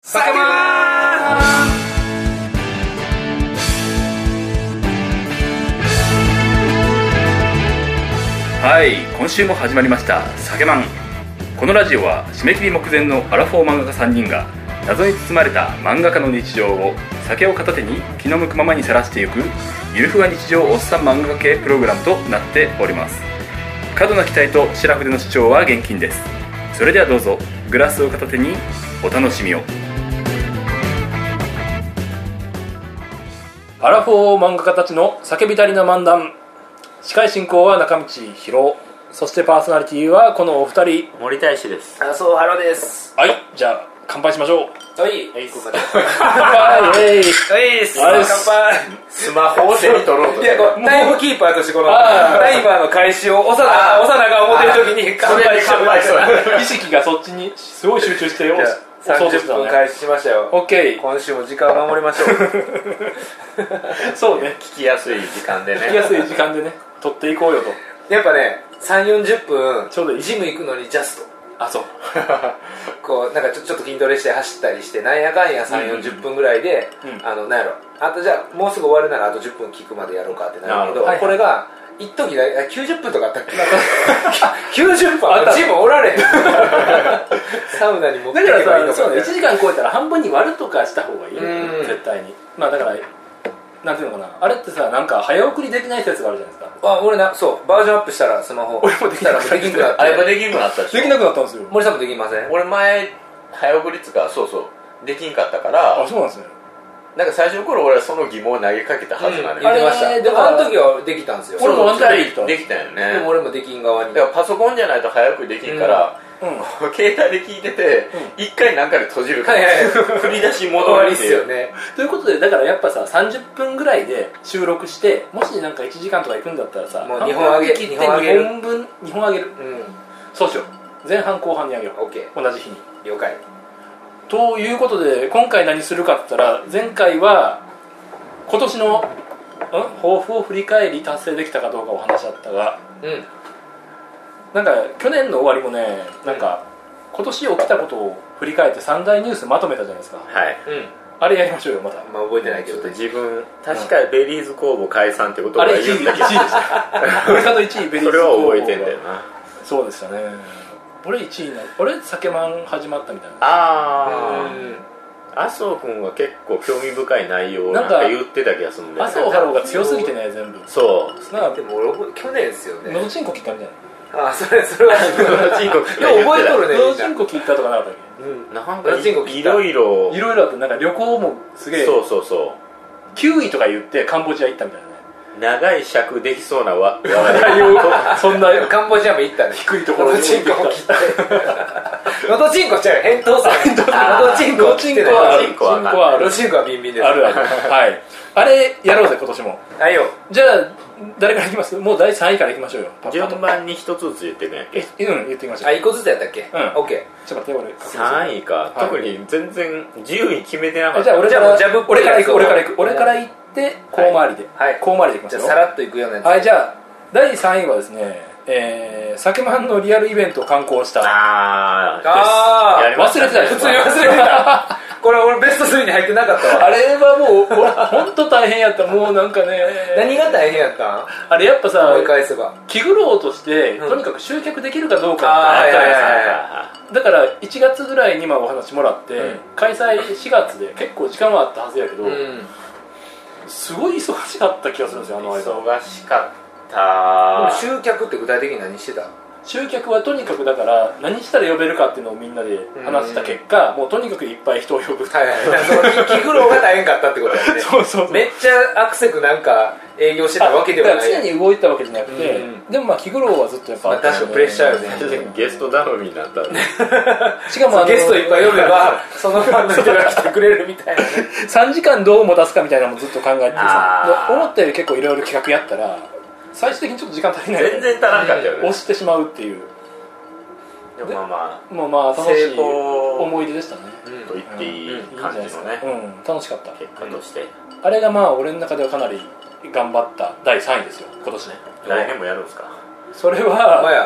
酒まーん。はい、今週も始まりました酒まん。このラジオは締め切り目前のアラフォー漫画家3人が謎に包まれた漫画家の日常を酒を片手に気の向くままにさらしていくゆるふわ日常おっさん漫画家系プログラムとなっております。過度な期待と白筆の主張は厳禁です。それではどうぞグラスを片手にお楽しみを。アラフォー漫画家たちの叫びたりな漫談。司会進行は中道博、そしてパーソナリティはこのお二人。 森大志です。 そうハロです。 はい、じゃあ乾杯しましょう。 はい、 乾杯。 乾杯。 スマホを手に取ろうと。 いや、タイムキーパーとしてこのタイマーの開始を長田が思ってる時に乾杯し意識がそっちにすごい集中して 30分開始しましたよ。 オッケー。 今週も時間を守りましょう。 そうね、 聞きやすい時間でね。 聞きやすい時間でね、撮っていこうよと。 やっぱね、3、40分ちょうどいい。 ジム行くのにジャスト。 あ、そう。 こうなんかちょっと筋トレして走ったりしてなんやかんや3、40分ぐらいで、なんやろ、あとじゃあもうすぐ終わるならあと10分聞くまでやろうかってなるけど、これが一時90分とかあったっけ？90分あったジムおられへん。サウナに持っていけばいいのか。 だからさ、1時間超えたら半分に割るとかした方がいいよ、絶対に。まあだからなんていうのかな、あれってさ、なんか早送りできない説があるじゃないですか。 俺そうバージョンアップしたらスマホ俺もできなくなった。 できなくなった。 あれができんくなったでしょ。 できなくなったんですよ。 森さんもできません？ 俺前早送りっつうか、そうできんかったから。 あ、そうなんですね。 なんか最初の頃俺はその疑問を投げかけたはずなんで、 言ってました。でもあの時はできたんですよ。 俺もあの時できた。 できたよね。 でも俺もできん側に。 だからパソコンじゃないと早送りできんから、携帯で聞いてて一回なんかで閉じるから振り出し戻りですよね。 ということで、だからやっぱさ、30分ぐらいで収録して、もしなんか1時間とか行くんだったらさ、 もう2本上げ 2本分2本上げる。そうしよう。前半後半に上げよう。 OK、 同じ日に。 了解。 ということで、今回何するかって言ったら、前回は今年の抱負を振り返り達成できたかどうかお話だったが、なんか去年の終わりもね、なんか今年起きたことを振り返って3大ニュースまとめたじゃないですか。 はい、 あれやりましょうよ。また覚えてないけど、 自分確かベリーズ工房解散ってことを言ったけど、1位でした俺の1位ベリーズ工房。 それは覚えてんだよな。 そうでしたね。俺1位になる。俺酒まん始まったみたいな。 麻生君は結構興味深い内容をなんか言ってた気がするんだよね。 麻生太郎が強すぎてね、全部。 そうなんかでも俺去年ですよね。 のどちんこ切ったみたいな。 それはのどちんこ切った。 覚えとるね。 のどちんこ切ったとかなかったっけ。 なんかいろいろあって、なんか旅行もすげえ、 そう 9位とか言ってカンボジア行ったみたいなね。 長い尺できそうな話題をそんなカンボジアも行ったね。 低いところにのどちんこも切ってのどちんこちゃう、返答さん。のどちんこは切ってない。 のどちんこはビンビンです。 あるはい。あれやろうぜ今年も。 はいよ。 じゃあ誰からいきます？もう第3位からいきましょうよ。 順番に一つずつ言っていくんやっけ。 言ってきましょう。 1個ずつやったっけ。オッケー。ちょっと待って、俺 3位か。特に全然順位決めてなかった。 じゃあ俺から行ってこう回りで。こう回りでいきますよ。 じゃあさらっといくようなやつ。 はい、じゃあ第3位はですね、酒まんのリアルイベントを敢行した。忘れてた。 普通に忘れてた。これ俺ベスト3に入ってなかったわ。 あれはもう本当大変やった。もうなんかね、 何が大変やったん？ あれやっぱさ、 思い返せば気苦労としてとにかく集客できるかどうかってあったじゃないですか。だから1月ぐらいにお話もらって開催4月で結構時間はあったはずやけど、すごい忙しかった気がするんですよ、あの間。 忙しかった。 集客って具体的に何してた？ 集客はとにかくだから何したら呼べるかっていうのをみんなで話した結果、もうとにかくいっぱい人を呼ぶ。気苦労が大変かったってことだよね。そうめっちゃアクセクなんか営業してたわけではない。 常に動いてたわけじゃなくて、でも気苦労はずっとやっぱ確かプレッシャーよね。 ゲスト頼みになったしかもゲストいっぱい呼べばそのファンの人が来てくれるみたいなね。 3時間どう持たすかみたいなのもずっと考えててさ、思ったより結構いろいろ企画やったら最終的にちょっと時間足りない。 全然足らんかったよね。 押してしまうっていう。 でもまあ楽しい思い出でしたね。 と言っていい感じのね。 楽しかった。 結果として。 あれが俺の中ではかなり頑張った第3位ですよ、今年ね。 来年もやるんですか？ それは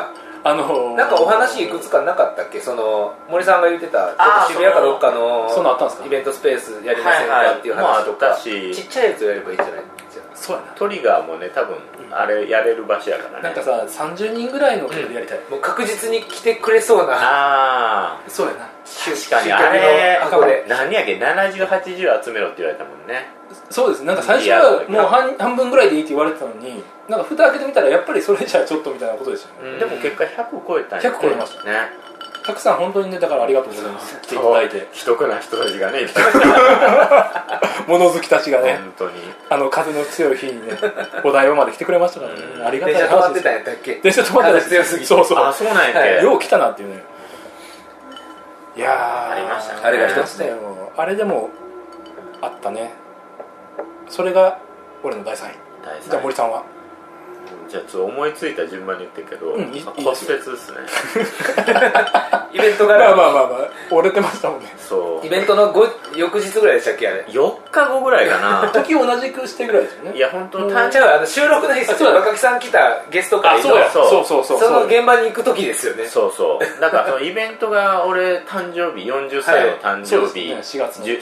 なんかお話いくつかなかったっけ、その森さんが言ってた渋谷かどっかのイベントスペースやりませんかっていう話とか、ちっちゃいやつをやればいいんじゃない。 そうやな、 トリガーもね多分あれやれる場所やからね。 なんかさ30人ぐらいの規模でやりたい、 もう確実に来てくれそうな。 ああそうやな、 確かにあれ何やっけ、70、80集めろって言われたもんね。 そうです、なんか最初はもう半分ぐらいでいいって言われてたのに、なんか蓋開けてみたらやっぱりそれじゃちょっとみたいなことですよね。 でも結果100超えたんや。 100超えましたね。 たくさん本当にね、だからありがとうございます、来ていただいて。 既得な人たちがね物好きたちがね、 本当に風の強い日にねお台場まで来てくれましたからね、ありがたい電車止まって話です。 たんやったっけ。 電車止まってたん強すぎて。 そうそう、 あ、そうなんやっけ。 よう来たなっていうね。いやーありましたね。 あれが一つね、あれでもあったね。それが俺の第3位。じゃあ森さんは。 じゃあちょっと思いついた順番に言ってるけど、 いいですよ骨折ですね。 イベントがまあ折れてましたもんね。 そうイベントの翌日ぐらいでしたっけ、あれ。 4日後ぐらいかな。 時同じくしてぐらいですよね。 いや本当じゃあ収録の日ですよ。若木さん来たゲスト会のそうその現場に行く時ですよね。 そうそうだからそのイベントが俺誕生日40歳の誕生日、 4月の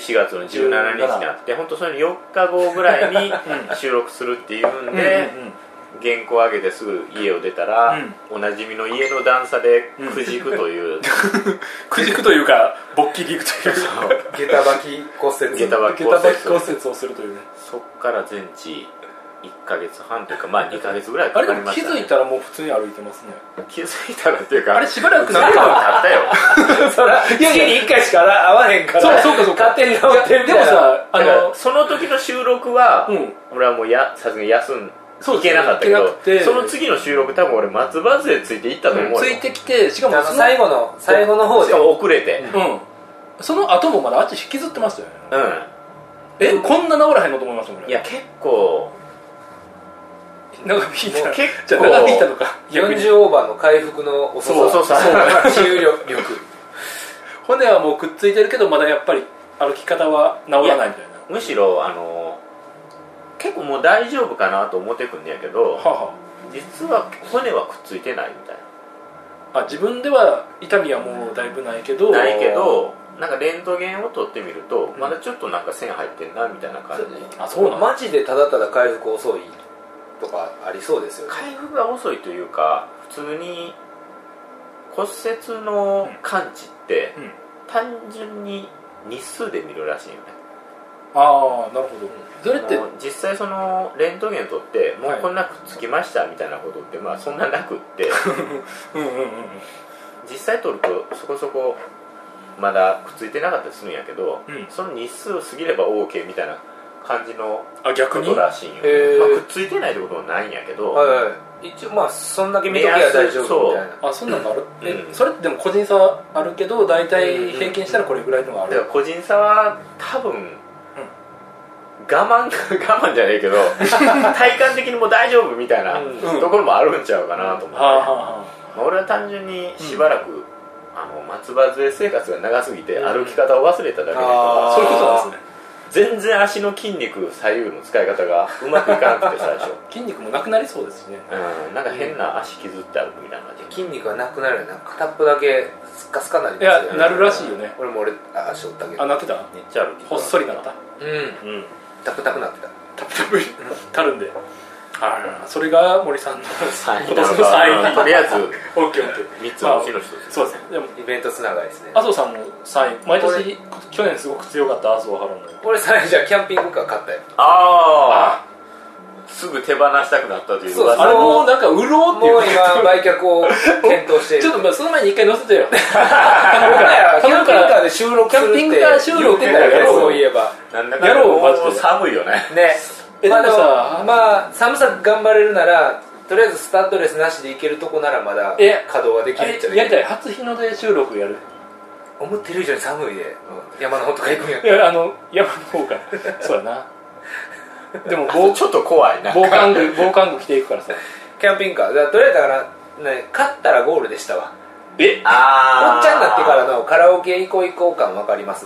17日にあって、本当それ4日後ぐらいに収録するっていうんで、原稿上げてすぐ家を出たら、おなじみの家の段差でくじくという、 くじくというか勃起陸というか下駄履き骨折をするというね。 そっから全治1ヶ月半というか、まあ2ヶ月ぐらいかあれでも気かりましたね。 づいたらもう普通に歩いてますね。 気づいたらっていうか、 あれしばらく何かあったよ。 そら月に1回しか会わへんから、 そうか勝手に治ってるみたいな。 でもさ、 だからその時の収録は、俺はもうさすがに休ん行けなかったけど、その次の収録多分俺松葉杖ついて行ったと思うよ。 ついてきて、しかも最後の方でしかも遅れて、 その後もまだあっち引きずってましたよね。こんな治らへんのと思いましたもん。 いや結構長引いた、 結じゃあ長引いたのか、 40オーバーの回復の遅さ、治癒力骨はもうくっついてるけどまだやっぱり歩き方は治らないみたいな。 むしろ結構もう大丈夫かなと思ってくんねやけど、実は骨はくっついてないみたいな。自分では痛みはもうだいぶないけどなんかレントゲンを取ってみると、まだちょっとなんか線入ってんなみたいな感じ。 そうなの。マジでただただ回復遅いとかありそうですよね。 回復が遅いというか、普通に骨折の感知って単純に日数で見るらしいよね。 ああ、なるほど。それって実際そのレントゲン取ってもうこんなくっつきましたみたいなことってまあそんななくって実際取るとそこそこまだくっついてなかったりするんやけど、その日数を過ぎれば OK みたいな感じのことらしいんよ。くっついてないってことはないんやけど、 一応まあそんだけ見ときゃ大丈夫みたいな。 そんなのある。それってでも個人差あるけど大体平均したらこれぐらいのがある。 だから個人差は多分我慢じゃねえけど体感的にもう大丈夫みたいなところもあるんちゃうかなと思って、俺は単純にしばらく松葉杖生活が長すぎて歩き方を忘れただけで、 そういうことなんですね。 全然足の筋肉左右の使い方がうまくいかなくて最初筋肉もなくなりそうですしね。 なんか変な足削って歩くみたいな感じ。 筋肉がなくなるよね。片っぽだけスッカスカになりますよね。 いや、なるらしいよね。 俺も足折ったけど。 なってた。 めっちゃ歩きほっそりなった。 タプタプなってた。 タプタプたるんで。それが森さんの 3位今年の3位。 とりあえず 3 つのうちの1つ。 そうですね。でもイベントつながりですね。 麻生さんも3位。毎年去年すごく強かった麻生ハロンの。 俺3位じゃキャンピングカー買ったよ。 すぐ手放したくなったという。 あれもうなんか売ろうっていう。 もう今売却を検討している。 ちょっとその前に一回載せてよ。 キャンピングカーで収録するって言ってたよね、そういえば。 やろう、マジで。寒いよね。 まあ寒さ頑張れるならとりあえずスタッドレスなしで行けるとこならまだ稼働はできるっちゃやりたい。初日の出収録やる。 思ってる以上に寒いで山の方とか行くんやったら。いや山の方か。そうやな。でもちょっと怖いな。 防寒具着ていくからさ。 キャンピングカーとりあえずだから勝ったらゴールでしたわ。 おっちゃんになってからのカラオケ行こう感分かります？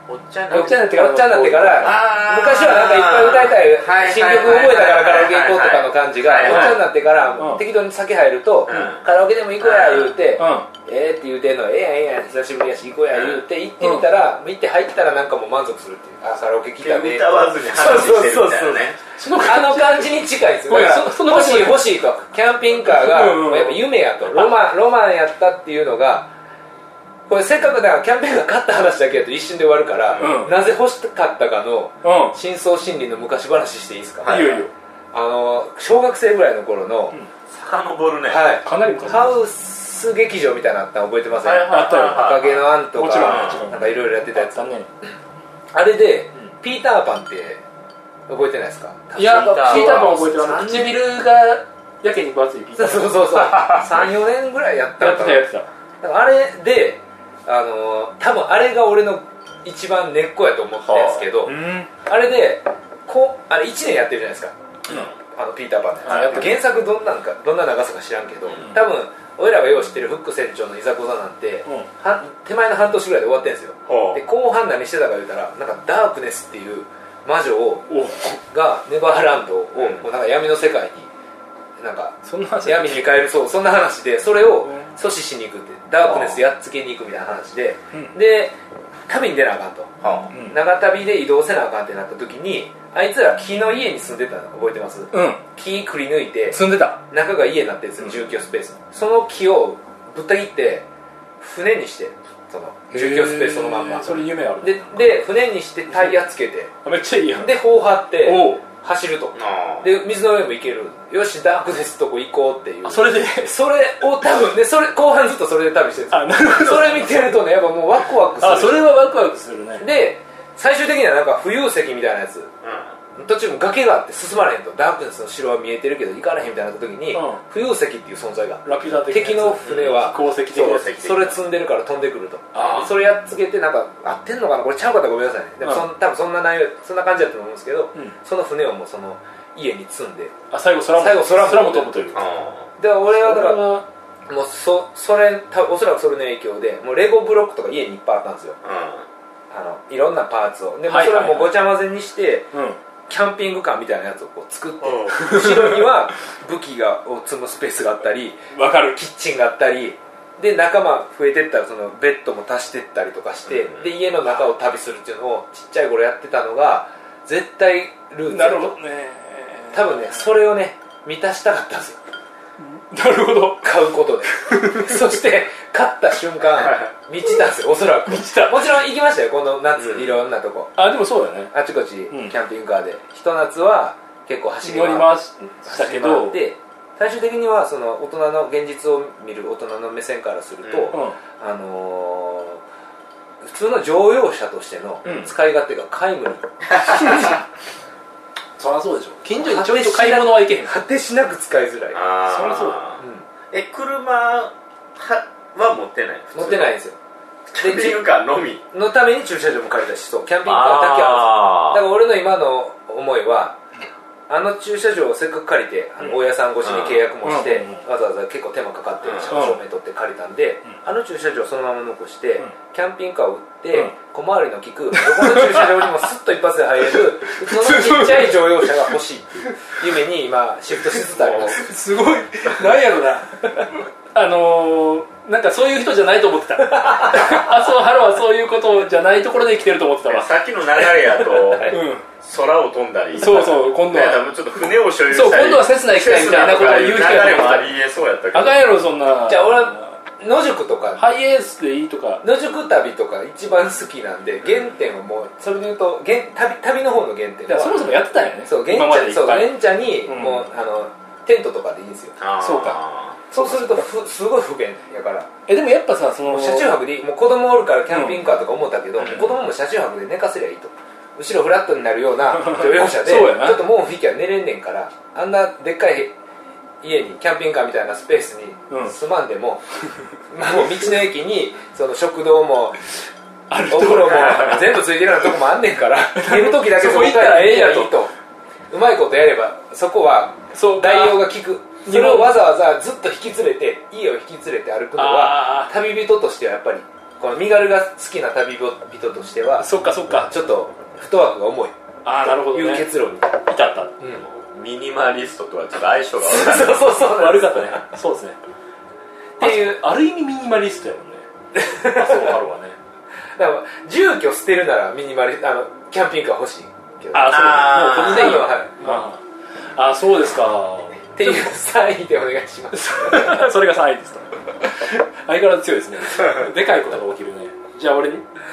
おっちゃんになってから昔はなんかいっぱい歌いたい新曲覚えたからカラオケ行こうとかの感じがおっちゃんになってから適当に酒入るとカラオケでも行こうや言うてって言うてんのええやん久しぶりやし行こうや言うて行ってみたら行って入ったらなんかもう満足するっていうカラオケ来たね歌わずに話してるみたいなねあの感じに近いですよ。だから欲しいとキャンピングカーがやっぱ夢やとロマンやったっていうのがこれせっかくだからキャンピングカー買った話だけやと一瞬で終わるから、なぜ欲しかったかの深層心理の昔話していいですか。 いいよいいよ。 小学生ぐらいの頃の遡るね。 はい。 かなり昔。 ハウス劇場みたいなのあったの覚えてません？ あったよ。 赤毛のアンとかなんかいろいろやってたやつ。あれでピーターパンって覚えてないですか？ いや、ピーターパン覚えてます。唇がやけに分厚いピーターパン。 そう3、4年ぐらいやったかな。やってた。 あれで多分あれが俺の一番根っこやと思ってるんですけど、あれであれ1年やってるじゃないですか、ピーターパンのやつ、原作どんな長さか知らんけど、多分俺らがよう知ってるフック船長のいざこざなんて、手前の半年ぐらいで終わってるんですよ。で後半何してたか言うたらなんかダークネスっていう魔女がネバーランドをなんか闇の世界になんか闇に変えるそんな話でそれを阻止しに行くってダークネスやっつけに行くみたいな話で、で旅に出なあかんと、長旅で移動せなあかんってなった時にあいつら木の家に住んでたの覚えてます？木くり抜いて住んでた中が家になってるんですよ、住居スペース。その木をぶった切って船にしてその住居スペースそのまんまそれ夢あるで船にしてタイヤつけてめっちゃいいやんで砲張って走るとで水の上も行けるよしダークネスとこ行こうっていうそれを多分でそれ後半ずっとそれで旅してるんですよ。 なるほど。 それ見てるとねやっぱもうワクワクする。 それはワクワクするね。 で最終的にはなんか浮遊石みたいなやつ、途中も崖があって進まれへんとダークネスの城は見えてるけど行かれへんみたいになった時に、浮遊石っていう存在がラピュタ的敵の船は飛行石的なそれ積んでるから飛んでくると。それやっつけてなんか合ってんのかなこれちゃうかったらごめんなさいね。でも多分そんな内容そんな感じだと思うんですけど、その船をもうその家に積んで最後空も飛ぶという。 で俺はだからもうそれおそらくそれの影響でもうレゴブロックとか家にいっぱいあったんですよ、いろんなパーツをでもそれをもうごちゃ混ぜにして、キャンピングカーみたいなやつをこう作って、後ろには武器を積むスペースがあったりキッチンがあったりで仲間増えてったらそのベッドも足してったりとかして、で家の中を旅するっていうのをちっちゃい頃やってたのが絶対ルーツ。 なるほどね。 多分ねそれをね満たしたかったんですよ。 なるほど。 買うことでそして買った瞬間満ちたんですよおそらく。もちろん行きましたよこの夏、いろんなとこ。 でもそうだね。 あちこちキャンピングカーでひと夏は結構走り回したけどで最終的にはその大人の現実を見る大人の目線からすると、普通の乗用車としての使い勝手が皆無にそりゃそうでしょ。近所にちょいと買い物は行けへん。 果てしなく使いづらい。 そりゃそうだ。 車は持ってない？ 持ってないんですよ。 キャンピングカーのみのために駐車場も借りたし、そうキャンピングカーだけはだから俺の今の思いは駐車場をせっかく借りて大家さん越しに契約もしてわざわざ結構手間かかって証明取って借りたんで、駐車場をそのまま残してキャンピングカーを売って小回りの利くどこの駐車場にもスッと一発で入れるそのちっちゃい乗用車が欲しいっていう夢に今シフトしつつあります。 すごいなんやろななんかそういう人じゃないと思ってたハロはそういうことじゃないところで生きてると思ってたわ。 さっきの流れやと、空を飛んだりそう今度はちょっと船を所有したり今度は切ない機会みたいなことを言う人やと思ってた。 ありえそうやったけどあかんやろそんな。 じゃあ俺は野宿とかハイエースでいいとか野宿旅とか一番好きなんで原点はもうそれで言うと旅の方の原点はそもそもやってたよね。 そう原茶にもうテントとかでいいんですよ。 そうか。 そうするとすごい不便やから。 でもやっぱさ車中泊でもう子供おるからキャンピングカーとか思ったけど、子供も車中泊で寝かせりゃいいと。後ろフラットになるような乗用車でちょっと毛布引きは寝れんねんから、あんなでっかい家にキャンピングカーみたいなスペースに住まんでも、もう道の駅にその食堂もお風呂も全部ついてるようなとこもあんねんから寝る時だけそこ行ったらええやとうまいことやればそこは代用が効く。それをわざわざずっと引き連れて家を引き連れて歩くのは旅人としてはやっぱりこの身軽が好きな旅人としてはそっかそっか、 ちょっとフットワークが重い。 ああなるほどね、 いう結論に至った、 ミニマリストとはちょっと相性が悪かった。 そう悪かったね。そうですね。 っていうある意味ミニマリストやもんね。あそうハロはね。 だから住居捨てるならミニマリキャンピングカー欲しいけど。 あそう、もうこっちでいいわ。 はい。 そうですか。 っていう3位でお願いします。 それが3位ですと。相変わらず強いですね。でかいことが起きるね。じゃあ俺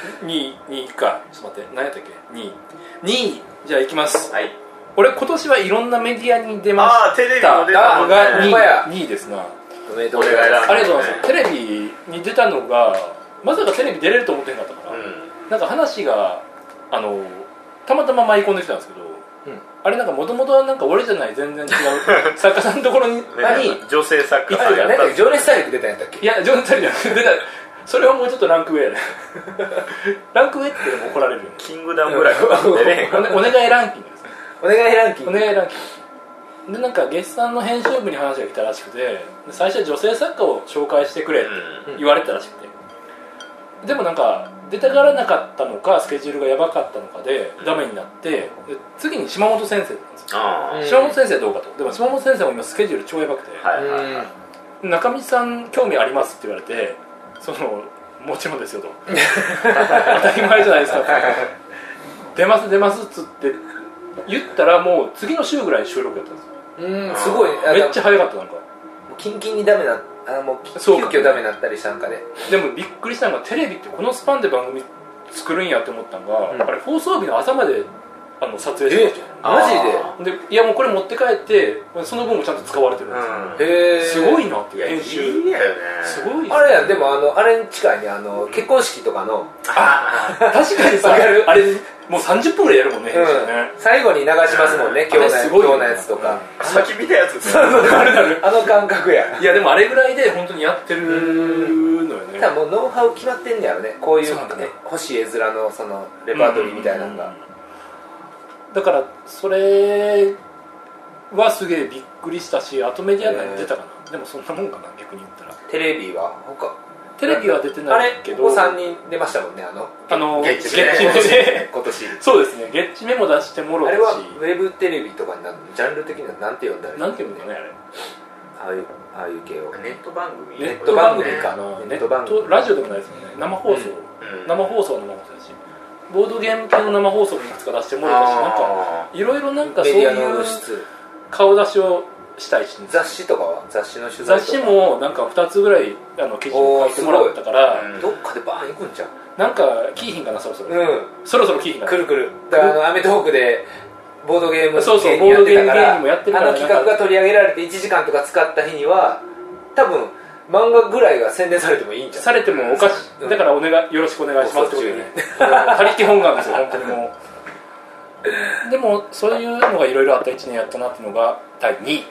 2位か、ちょっと待って、何やったっけ、2位、じゃあ行きます。 はい。 俺今年はいろんなメディアに出ました。 テレビも出たもんね。 が2位ですな。 おめでとうございます。 ありがとうございます。テレビに出たのが、まさかテレビ出れると思ってなかったから、なんか話がたまたま舞い込んできたんですけど、あれなんかもともとはなんか俺じゃない全然違う作家さんのところに女性作家さんやった。 情熱大陸出たんやったっけ？ いや、情熱大陸じゃなくて出た。それはもうちょっとランク上やね。ランク上ってでも怒られるよね。 キングダムぐらいは出れへんか。 お願いランキングですね。 お願いランキング。 お願いランキングで、なんか月産の編集部に話が来たらしくて、最初は女性作家を紹介してくれって言われたらしくて、でもなんか出たがらなかったのかスケジュールがやばかったのかでダメになって、で次に島本先生なんですよ。島本先生どうかと。でも島本先生も今スケジュール超やばくて、中道さん興味ありますって言われて、もちろんですよと当たり前じゃないですかって出ます出ますっつって言ったら、もう次の週ぐらい収録やったんですよ。 すごいめっちゃ早かった。なんかキンキンにダメなもう急遽ダメになったりしたんかね。 でもびっくりしたのが、テレビってこのスパンで番組作るんやって思ったのが、あれ放送日の朝まで撮影してました。 マジでいやもうこれ持って帰ってその分もちゃんと使われてるんですよ。すごいなっていう編集。 いいよね。 すごい。 あれやん。でもあれに近いね、結婚式とかの確かにさ、あれもう30分ぐらいやるもんね、編集ね。 最後に流しますもんね、今日のやつとか。 先見たやつ。 感覚や。 いやでもあれぐらいで本当にやってるのよね。 多分もうノウハウ決まってんねやろね。こういう欲しい絵面のそのレパートリーみたいなのが。 だからそれはすげえびっくりしたし、あとメディア内に出たかな。でもそんなもんかな、逆に言ったら。 テレビは他テレビは出てないけど、 ここ3人出ましたもんね。 月地メ今年。 そうですね、月地メも出してもろたし。 あれはウェブテレビとかになるの？ジャンル的にはなんて呼んだらいいの？ なんて呼んだね、あれ。 ああいう系をネット番組。 ネット番組か。 ネットラジオでもないですよね。生放送、生放送の生放送だし、ボードゲーム系の生放送にいくつか出してもらったし、なんかいろいろなんかそういう顔出しをしたいし、 雑誌とかは雑誌の取材とか。 雑誌もなんか2つぐらい記事を書いてもらったから、 どっかでバーン行くんちゃう？ なんかキーヒンかな、そろそろ。そろそろキーヒンかな。 くるくる。だからアメトーークでボードゲームそうそう、ボードゲームもやってるから、 企画が取り上げられて1時間とか使った日には多分漫画ぐらいが宣伝されてもいいんじゃん。 されてもおかしい。だからよろしくお願いしますってことでね。他力本願ですよ、本当にもう。でもそういうのがいろいろあった1年やったなっていうのが第2位。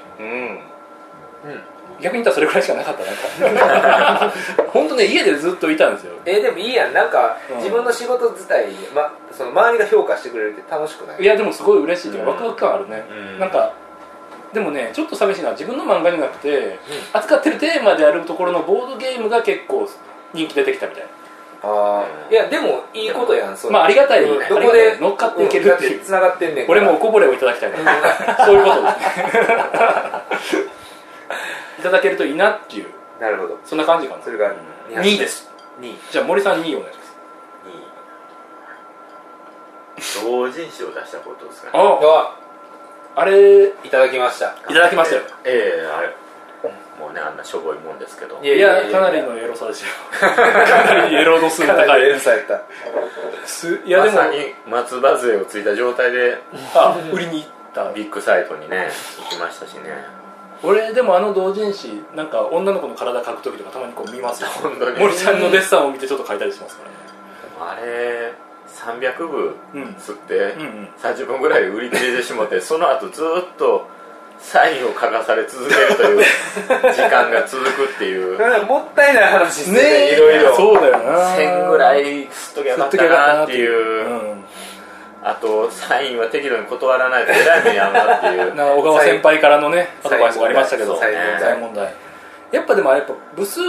逆に言ったらそれくらいしかなかったな。本当ね、家でずっといたんですよ。 でもいいやん。なんか自分の仕事自体、その周りが評価してくれるって楽しくない？ いやでもすごい嬉しいというか、ワクワク感あるね。なんかでもね、ちょっと寂しいのは自分の漫画じゃなくて、扱ってるテーマであるところのボードゲームが結構人気出てきたみたいな。 いやでもいいことやん。 ありがたい。 どこで乗っかっていけるっていう。 つながってんねん。 俺もおこぼれをいただきたいな。そういうことですね。いただけるといいなっていう。 なるほど。 そんな感じかな。 それが 2位です。じゃあ森さん2位お願いします。 2位。同人誌を出したことですかね。 あれいただきました。 いただきましたよ。 あれもうね、あんなしょぼいもんですけど。 いやかなりのエロさですよ。かなりエロ度数の高い。 エロさやった。 いやでもまさに松葉杖をついた状態で売りに行ったビッグサイトにね行きましたしね。 俺でも同人誌なんか女の子の体描く時とかたまにこう見ますよ。 本当に森さんのデッサンを見てちょっと描いたりしますからね。 あれ300部吸って30分ぐらいで売り切れてしまって、その後ずっとサインを書かされ続けるという時間が続くっていうもったいない話ですね。いろいろ。 そうだよな。 1000ぐらい吸っときゃよかったなっていう。あとサインは適度に断らないとえらい目に遭うなっていう小川先輩からのねアドバイスがありましたけど、 サイン問題。やっぱでも部数持っ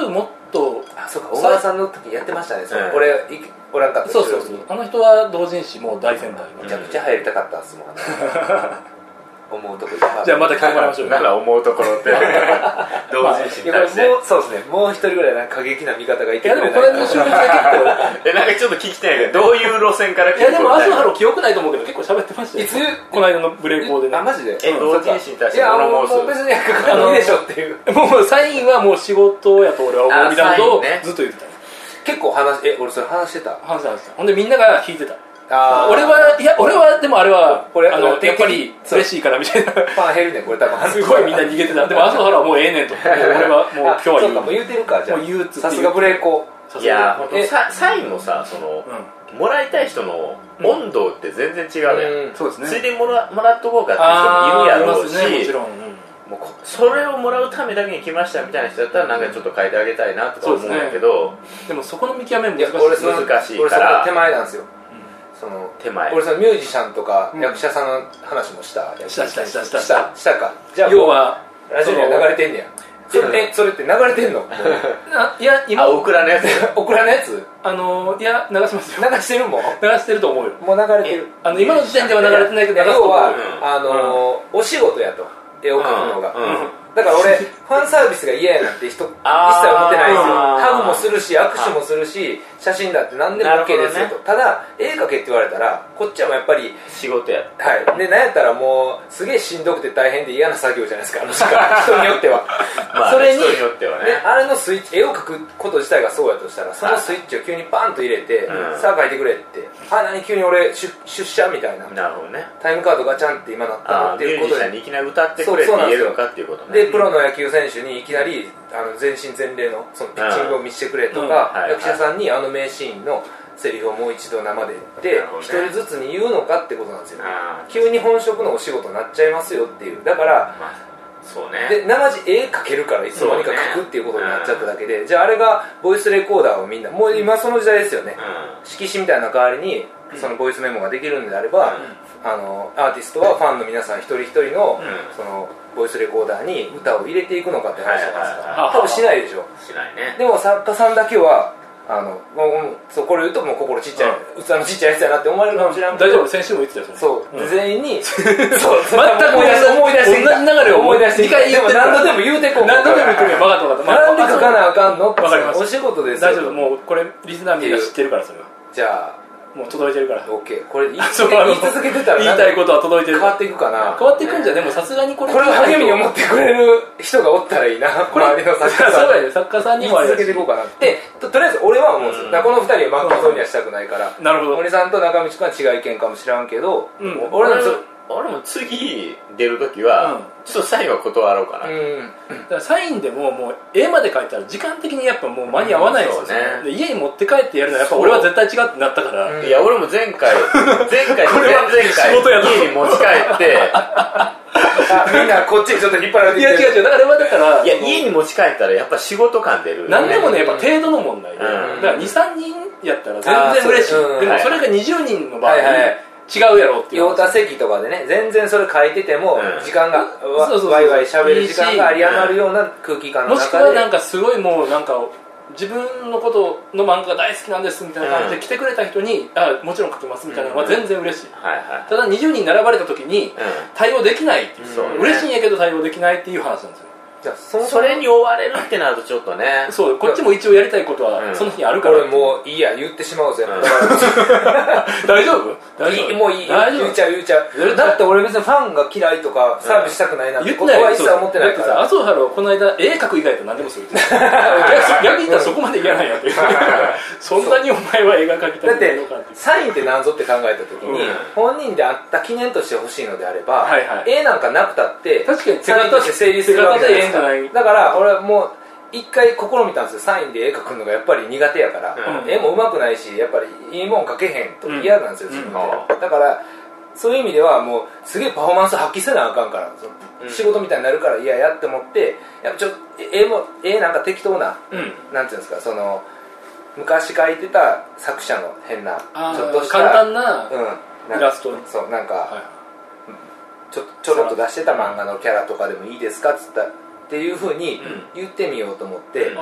とそうか、小川さんの時やってましたね、俺おらんかった。 そうあの人は同人誌もう大先輩、 めちゃくちゃ入りたかったっすもん思うところじゃあまた来てもらいましょう。 なんか思うところって同人誌に対して、 そうですね、もう一人ぐらいなんか過激な味方がいてくれないと。いやでもこれの収録だけなんかちょっと聞きたいけど、どういう路線から来てるの？ いやでもアスハロ記憶ないと思うけど結構喋ってましたよ。 いつこの間のブレイクでね。 あ、マジで？ 同人誌に対してもう別に関係ないでしょっていう。 もうサインはもう仕事やと俺は思いみたいなことをずっと言ってた。 結構俺それ話してた。 ほんでみんなが弾いてた。俺はでもあれはやっぱり嬉しいからみたいな。 ファン減るねこれ多分。 すごいみんな逃げてた。でもアスハロはもうええねんと。俺はもう今日はそうかもう言うてるかじゃあ。 もう言うつさすがブレイコ。 いや本当サインもさもらいたい人の温度って全然違うやん。 そうですね。 ついでにもらっとこうかっていう人もいるやろうし、 もちろん。 もうそれをもらうためだけに来ましたみたいな人だったらなんかちょっと変えてあげたいなとか思うんだけど、 でもそこの見極めも難しい俺その手前なんですよ。その手前。 俺そのミュージシャンとか役者さんの話もしたか。 じゃあ要はラジオには流れてんねや。それって流れてんの？ いや今オクラのやつ。 オクラのやつ？ いや流しますよ。 流してるもん。 流してると思うよ。 もう流れてる。 今の時点では流れてないけど、 要はお仕事やと。絵を描くのが、だから俺ファンサービスが嫌やなって人一切思ってないんですよ。ハグもするし握手もするし写真だって何でも OK ですよと。ただ絵描けって言われたらこっちはもうやっぱり仕事や。 はいでなんやったらもうすげえしんどくて大変で嫌な作業じゃないですか人によってはそれに人によってはねあれのスイッチ絵を描くこと自体がそうやとしたらそのスイッチを急にパンと入れてさあ描いてくれって何急に俺出社みたいな。 なるほどね。 タイムカードガチャンって今なったのっていうことでミュージシャンにいきなり歌ってくれって言えるのかっていうことね。 でプロの野球選手にいきなり全身全霊のそのピッチングを見せてくれとか、役者さんに名シーンのセリフをもう一度生で言って一人ずつに言うのかってことなんですよ。急に本職のお仕事になっちゃいますよっていう。だからそうね。 で生地絵描けるからいつの間にか描くっていうことになっちゃっただけで、じゃああれがボイスレコーダーをみんなもう今その時代ですよね。色紙みたいな代わりにそのボイスメモができるんであれば、アーティストはファンの皆さん一人一人のそのボイスレコーダーに歌を入れていくのかって話じゃないですか。多分しないでしょ。 しないね。 でも作家さんだけはこれ言うともう心ちっちゃい、器のちっちゃいやつやなって思われるかもしれないけど、 大丈夫、先週も言ってたよ。 そう全員に全く思い出して同じ流れを思い出して 2回言ってる。 何度でも言うてこう。 何度でも言ってるよ。分かったなんで書かなあかんの？ 分かります。 お仕事ですよ。 大丈夫、もうこれリスナーみんな知ってるからそれは。 じゃあもう届いてるから。 オッケー。これ言い続けてたら言いたいことは届いてる。 変わっていくかな。 変わっていくんじゃでもさすがにこれを励みに思ってくれる人がおったらいいな。周りの作家さん。 そうやね。作家さんにも続けていこうかなって。とりあえず俺は思うんですよ。この2人は負けそうにはしたくないから。 なるほど。 森さんと中道君は違う意見かもしらんけど、 俺も次出るときはちょっとサインは断ろうかな。 だからサインでももう絵まで描いたら時間的にやっぱもう間に合わないですよね。家に持って帰ってやるのはやっぱ俺は絶対違ってなったから。 いや俺も前回家に持ち帰ってみんなこっちにちょっと引っ張られていや違うだからいや家に持ち帰ったらやっぱ仕事感出る。 何でもねやっぱ程度の問題で、だから 2,3 人やったら全然嬉しい。でもそれが20人の場合違うやろっていう。 用多席とかでね全然それ書いてても時間がワイワイ喋る時間が有り余るような空気感の中で、 もしくはなんかすごいもうなんか自分のことの漫画が大好きなんですみたいな感じで来てくれた人にもちろん書きますみたいなのは全然嬉しい。ただ20人並ばれた時に対応できないっていう、嬉しいんやけど対応できないっていう話なんですよ。 じゃあそれに追われるってなるとちょっとね。 そうこっちも一応やりたいことはその日にあるから。 俺もういいや言ってしまうぜ。 大丈夫？ もういい言っちゃう。だって俺別にファンが嫌いとかサービスしたくないなってことは一切思ってないから。 麻生ハローこの間絵描く以外と何でもする。逆に言ったらそこまでいかないやっていう。そんなにお前は絵が描きたいのかって。 サインって何ぞって考えた時に本人であった記念としてほしいのであれば絵なんかなくたってサインとして成立するわけじゃないですか。だから俺はもう一回試みたんですよ。サインで絵描くのがやっぱり苦手やから、絵も上手くないしやっぱりいいもん描けへんと嫌なんですよ、自分で。だからそういう意味ではもうすげえパフォーマンス発揮せなあかんから仕事みたいになるから嫌やって思ってやっぱ絵なんか適当な、なんていうんですかその昔描いてた作者の変なちょっとした簡単なイラストそうなんかちょろっと出してた漫画のキャラとかでもいいですかっつったっていう風に言ってみようと思って、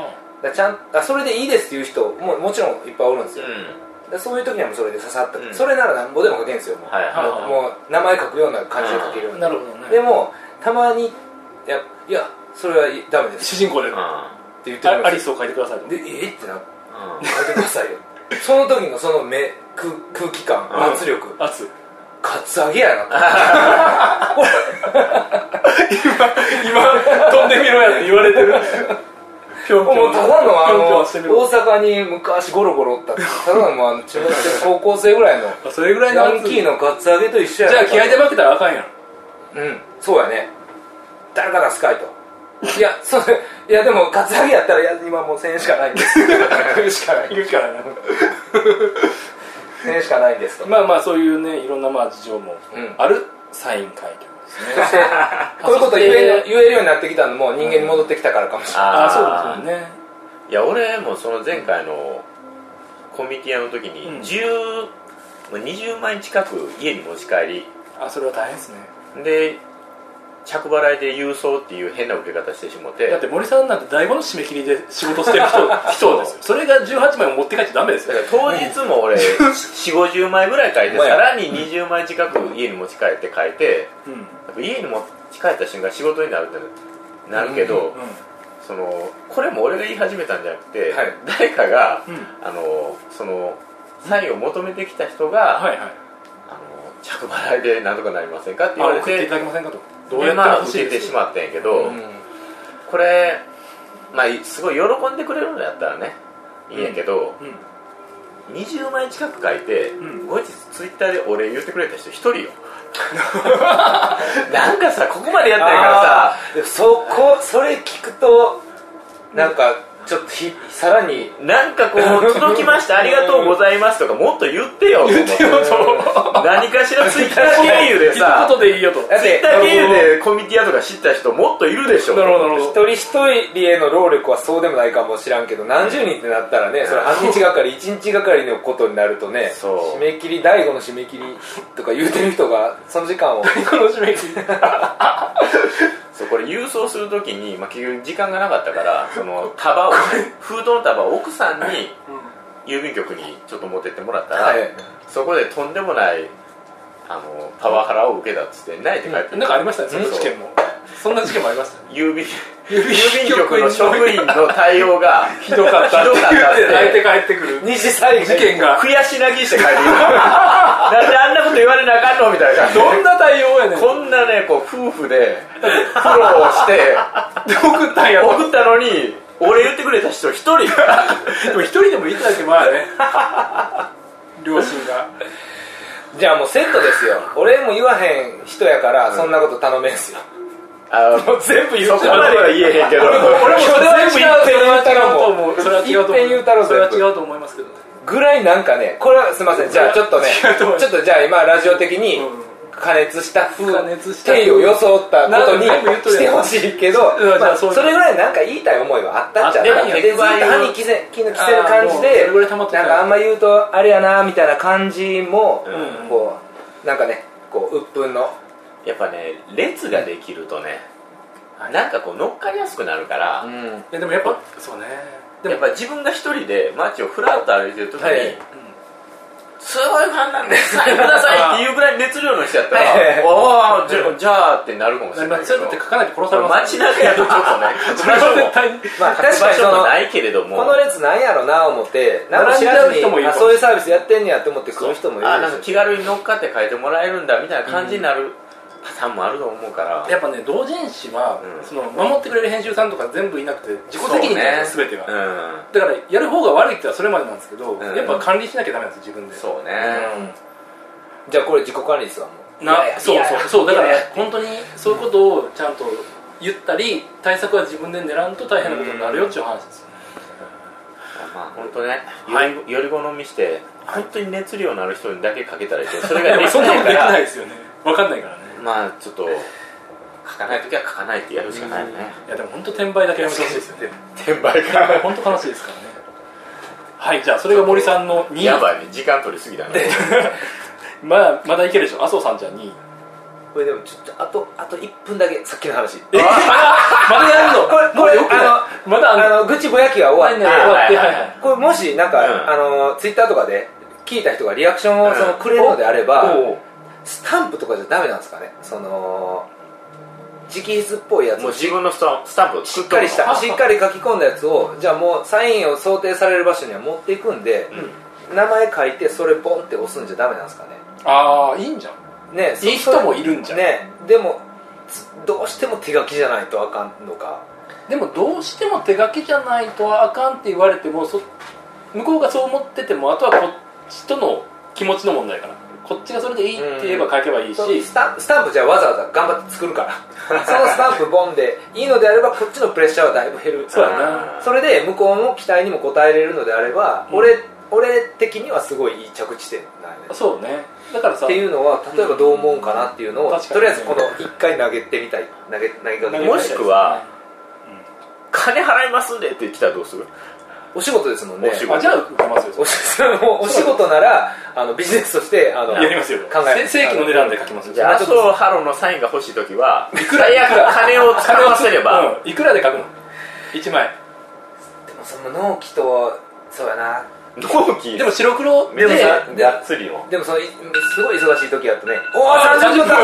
ちゃんそれでいいですっていう人もちろんいっぱいおるんですよ、そういう時にはもうそれで刺さった、それならなんぼでも書けるんですよ、もう名前書くような感じで書けるように。 なるほどね。 でもたまにいやそれはダメです、 主人公でって言ってるんですよ。 アリスを書いてくださいと。 でってな書いてくださいよその時のその空気感、圧力、カツアゲやな今飛んでみろやって言われてるもうただの大阪に昔ゴロゴロおったただの中学生高校生ぐらいのそれぐらいのヤンキーのカツアゲと一緒やな。 じゃあ気合で負けたらあかんやん。 そうやね。誰かがスカイといやでもカツアゲやったら今もう1000円しかないんです言うしかない1000円しかないんですと。 まあそういうねいろんな事情もあるサイン会というですねこういうこと言えるようになってきたのも人間に戻ってきたからかもしれない。 そうですよね。 いや俺もその前回のコミティアの時に20万円近く家に持ち帰り、 それは大変ですね。 で着払いで郵送っていう変な受け方してしもて、 だって森さんなんて第5の締め切りで仕事してる人ですよそれが18枚も持って帰っちゃダメですよ。 当日も俺4050枚ぐらい書いてさらに20枚近く家に持ち帰って書いて、家に持ち帰った瞬間仕事になるってなるけど、これも俺が言い始めたんじゃなくて、誰かが、そのサインを求めてきた人が、着払いで何とかなりませんかって言われて送っていただけませんかとどうやっても受けてしまったんやけど、これすごい喜んでくれるのやったらねいいんやけど、20枚近く書いて、後日ツイッターでお礼言ってくれた人1人よなんかさここまでやったんやからさそれ聞くとなんかちょっとさらになんかこう届きましたありがとうございますとかもっと言ってよと思って何かしらツイッター経由でさことでいいよとツイッター経由でコミティアとか知った人もっといるでしょ。 なるほど一人一人への労力はそうでもないかもしらんけど何十人ってなったらねそれ半日がかり1日がかりのことになるとね締め切り第5の締め切りとか言うてる人がその時間を第5の締め切りこれ郵送するときに、結局時間がなかったからその束を封筒の束を奥さんに郵便局にちょっと持ってってもらったら、そこでとんでもないパワハラを受けたっつって泣いて帰って、 なんかありましたねそんな事件も。そんな事件もありました、 郵便局の職員の対応がひどかったって泣いて帰ってくる二次災害事件が悔し泣きして帰ってくるなんであんなこと言われなあかんのみたいなどんな対応やねん。 こんなね夫婦で苦労して送ったのに俺言ってくれた人1人でも1人でもいただけね両親がじゃあもうセットですよ。俺も言わへん人やからそんなこと頼めんすよ。 もう全部言うそこまでは言えへんけど俺も全部言ったらもうそれは違うと思う。 一遍言うたろうそれは違うと思いますけどねぐらいなんかねこれはすいませんじゃあちょっとねちょっとじゃあ今ラジオ的に加熱した風経緯を装ったことにしてほしいけどそれぐらいなんか言いたい思いはあったっちゃったでずっと歯に着せる感じでなんかあんま言うとあれやなみたいな感じもこうなんかねこう鬱憤のやっぱね列ができるとねなんかこう乗っかりやすくなるから、 でもやっぱそうねやっぱ自分が一人で街をふらっと歩いてる時に、すごいファンなんですサインくださいっていうぐらい熱量の人やったらおおじゃあってなるかもしれないけどそうやって書かないと殺されます街中やとちょっとねそれは絶対に確かにそのないけれどもこの列なんやろな思って何も知らずにそういうサービスやってんねやって思って来る人もいるなんか気軽に乗っかって書いてもらえるんだみたいな感じになるパターンもあると思うからやっぱね同人誌はその守ってくれる編集さんとか全部いなくて自己責任なんです全てはだからやる方が悪いってのはそれまでなんですけどやっぱ管理しなきゃダメなんです自分でそうねじゃあこれ自己管理ですわもうそうだから本当にそういうことをちゃんと言ったり対策は自分で練らんと大変なことになるよっていう話ですよまあ本当ねより好みして本当に熱量のある人にだけかけたらいいけどそれができないからそんなことできないですよね分かんないからねまあちょっと書かないときは書かないってやるしかないよねいやでも本当転売だけやめてほしいですよね転売か本当悲しいですからねはいじゃあそれが森さんの2位やばいね時間取りすぎだねまだいけるでしょ麻生さんじゃ2位これでもちょっとあと1分だけさっきの話まだやるのこれまだ愚痴ぼやきが終わってこれもしなんかツイッターとかで聞いた人がリアクションをくれるのであればスタンプとかじゃダメなんですかね直筆っぽいやつもう自分のスタンプしっかり書き込んだやつをじゃあもうサインを想定される場所には持っていくんで、名前書いてそれボンって押すんじゃダメなんですかね。 ああいいんじゃんね、 いい人もいるんじゃんね。でもどうしても手書きじゃないとあかんのか。 でもどうしても手書きじゃないとあかんって言われても向こうがそう思っててもあとはこっちとの気持ちの問題かな。こっちがそれでいいって言えば書けばいいし、 スタンプじゃあわざわざ頑張って作るからそのスタンプボンでいいのであればこっちのプレッシャーはだいぶ減る。 そうやな。 それで向こうの期待にも応えれるのであれば、俺的にはすごいいい着地点なんね。 そうね。だからさっていうのは例えばどう思うかなっていうのを、とりあえずこの1回投げてみたい投げかけてみたい。 もしくは、金払いますんでって来たらどうする？ お仕事ですもんね。 じゃあ受けますよ。 お仕事ならビジネスとしてやりますよ。 考え正規の値段で書きますよ。 じゃあ麻生ハロのサインが欲しいときはいくら金を使わせればいくらで書くの？1枚。 でもその納期とそうやな。 納期でも白黒でがっつりの。 でもすごい忙しい時やとね。おお30分経った。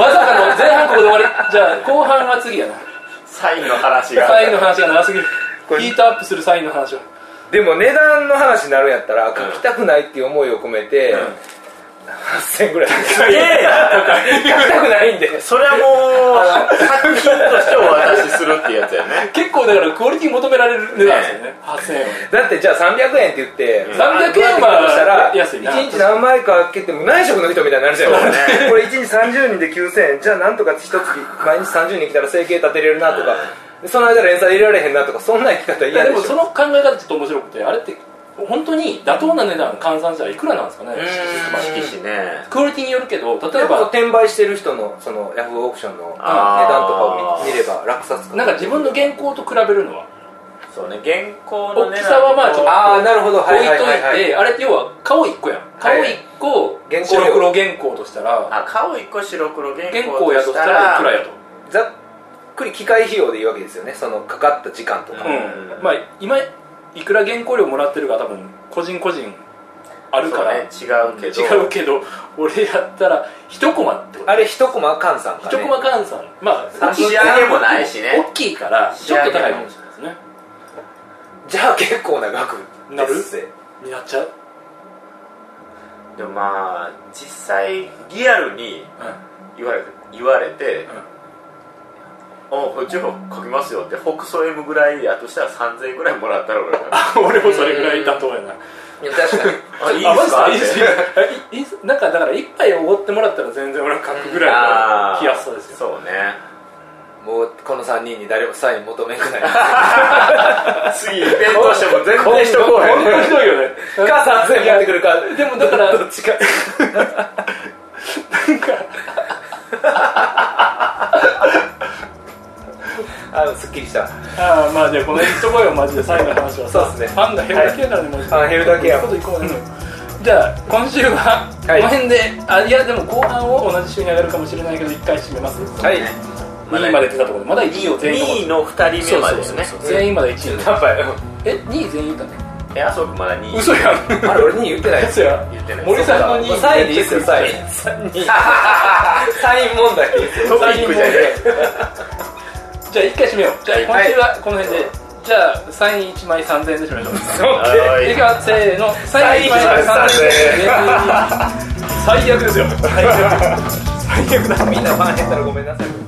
まさかの前半ここで終わり。じゃあ後半は次やな。 サインの話が長すぎる。ヒートアップするサインの話を。 でも値段の話になるんやったら書きたくないっていう思いを込めて、8000円ぐらい書きたくないんで、 それはもう作品としてお渡しするっていうやつやね。 結構だからクオリティ求められる値段ですよね。8000円はね。 だってじゃあ300円って言って 300円は安いな。 1日何枚か開けても内職の人みたいになるじゃん。これ1日30人で9000円じゃあなんとか1月毎日30人来たら生計立てれるなとか、その間連載入れられへんなとか、そんな生き方嫌でしょ。 でもその考え方ちょっと面白くて、あれって本当に妥当な値段換算したらいくらなんですかね。 色紙ね。 クオリティによるけど、例えば転売してる人のそのヤフーオークションの値段とかを見れば落札なんか自分の原稿と比べるのはそうね、原稿の大きさはまあちょっとなるほど、 置いといて、あれって要は顔1個やん。顔1個白黒原稿としたら、 顔1個白黒原稿やとしたらいくらやと。 ざっくり機械費用でいいわけですよね。そのかかった時間とか。 まあ今いくら原稿料もらってるか多分個人あるから違うけど俺やったら1コマってことあれ1コマ換算かね。 1コマ換算まあ仕上げもないしね。 大きいからちょっと高いかもしれないですね。 じゃあ結構な額になっちゃう。 でもまあ実際リアルに言われてこっちも書きますよって北総 M ぐらいやとしたら3000円ぐらいもらったら俺もそれぐらいだと思うな。 確かにいいですかなんかだから一杯おごってもらったら全然俺は書くぐらいの気安さですよ。 そうね。 もうこの3人に誰もサイン求めんくない次イベントしても全然人来へん。 本当にひどいよね。 か3000円持ってくるか。 でもだからどっちかなんかすっきりした。 まあじゃあこの辺とこよマジで最後の話はさ。 そうですね。 ファンが減るだけやからねマジで。 減るだけや。 じゃあ今週はこの辺でいやでも後半を同じ週に上がるかもしれないけど1回締めます。 はい。 2位まで出たところでまだ1位を全員 2位の2人目までですね。 全員まで1位。 やっぱり 2位全員言ったね。 麻生君まだ2位。 嘘やん。 あれ俺2位言ってない。 嘘や。 言ってない。 森さんの2位。 サインでいいですよ。サイン問題。 トピックじゃねえ。 じゃあ1回締めよう。じゃあ今週はこの辺で。じゃあサイン1枚3000円で締めましょう。いきますせーの。サイン1枚3000円。最悪ですよ。最悪だ。 みんなファン減ったらごめんなさい。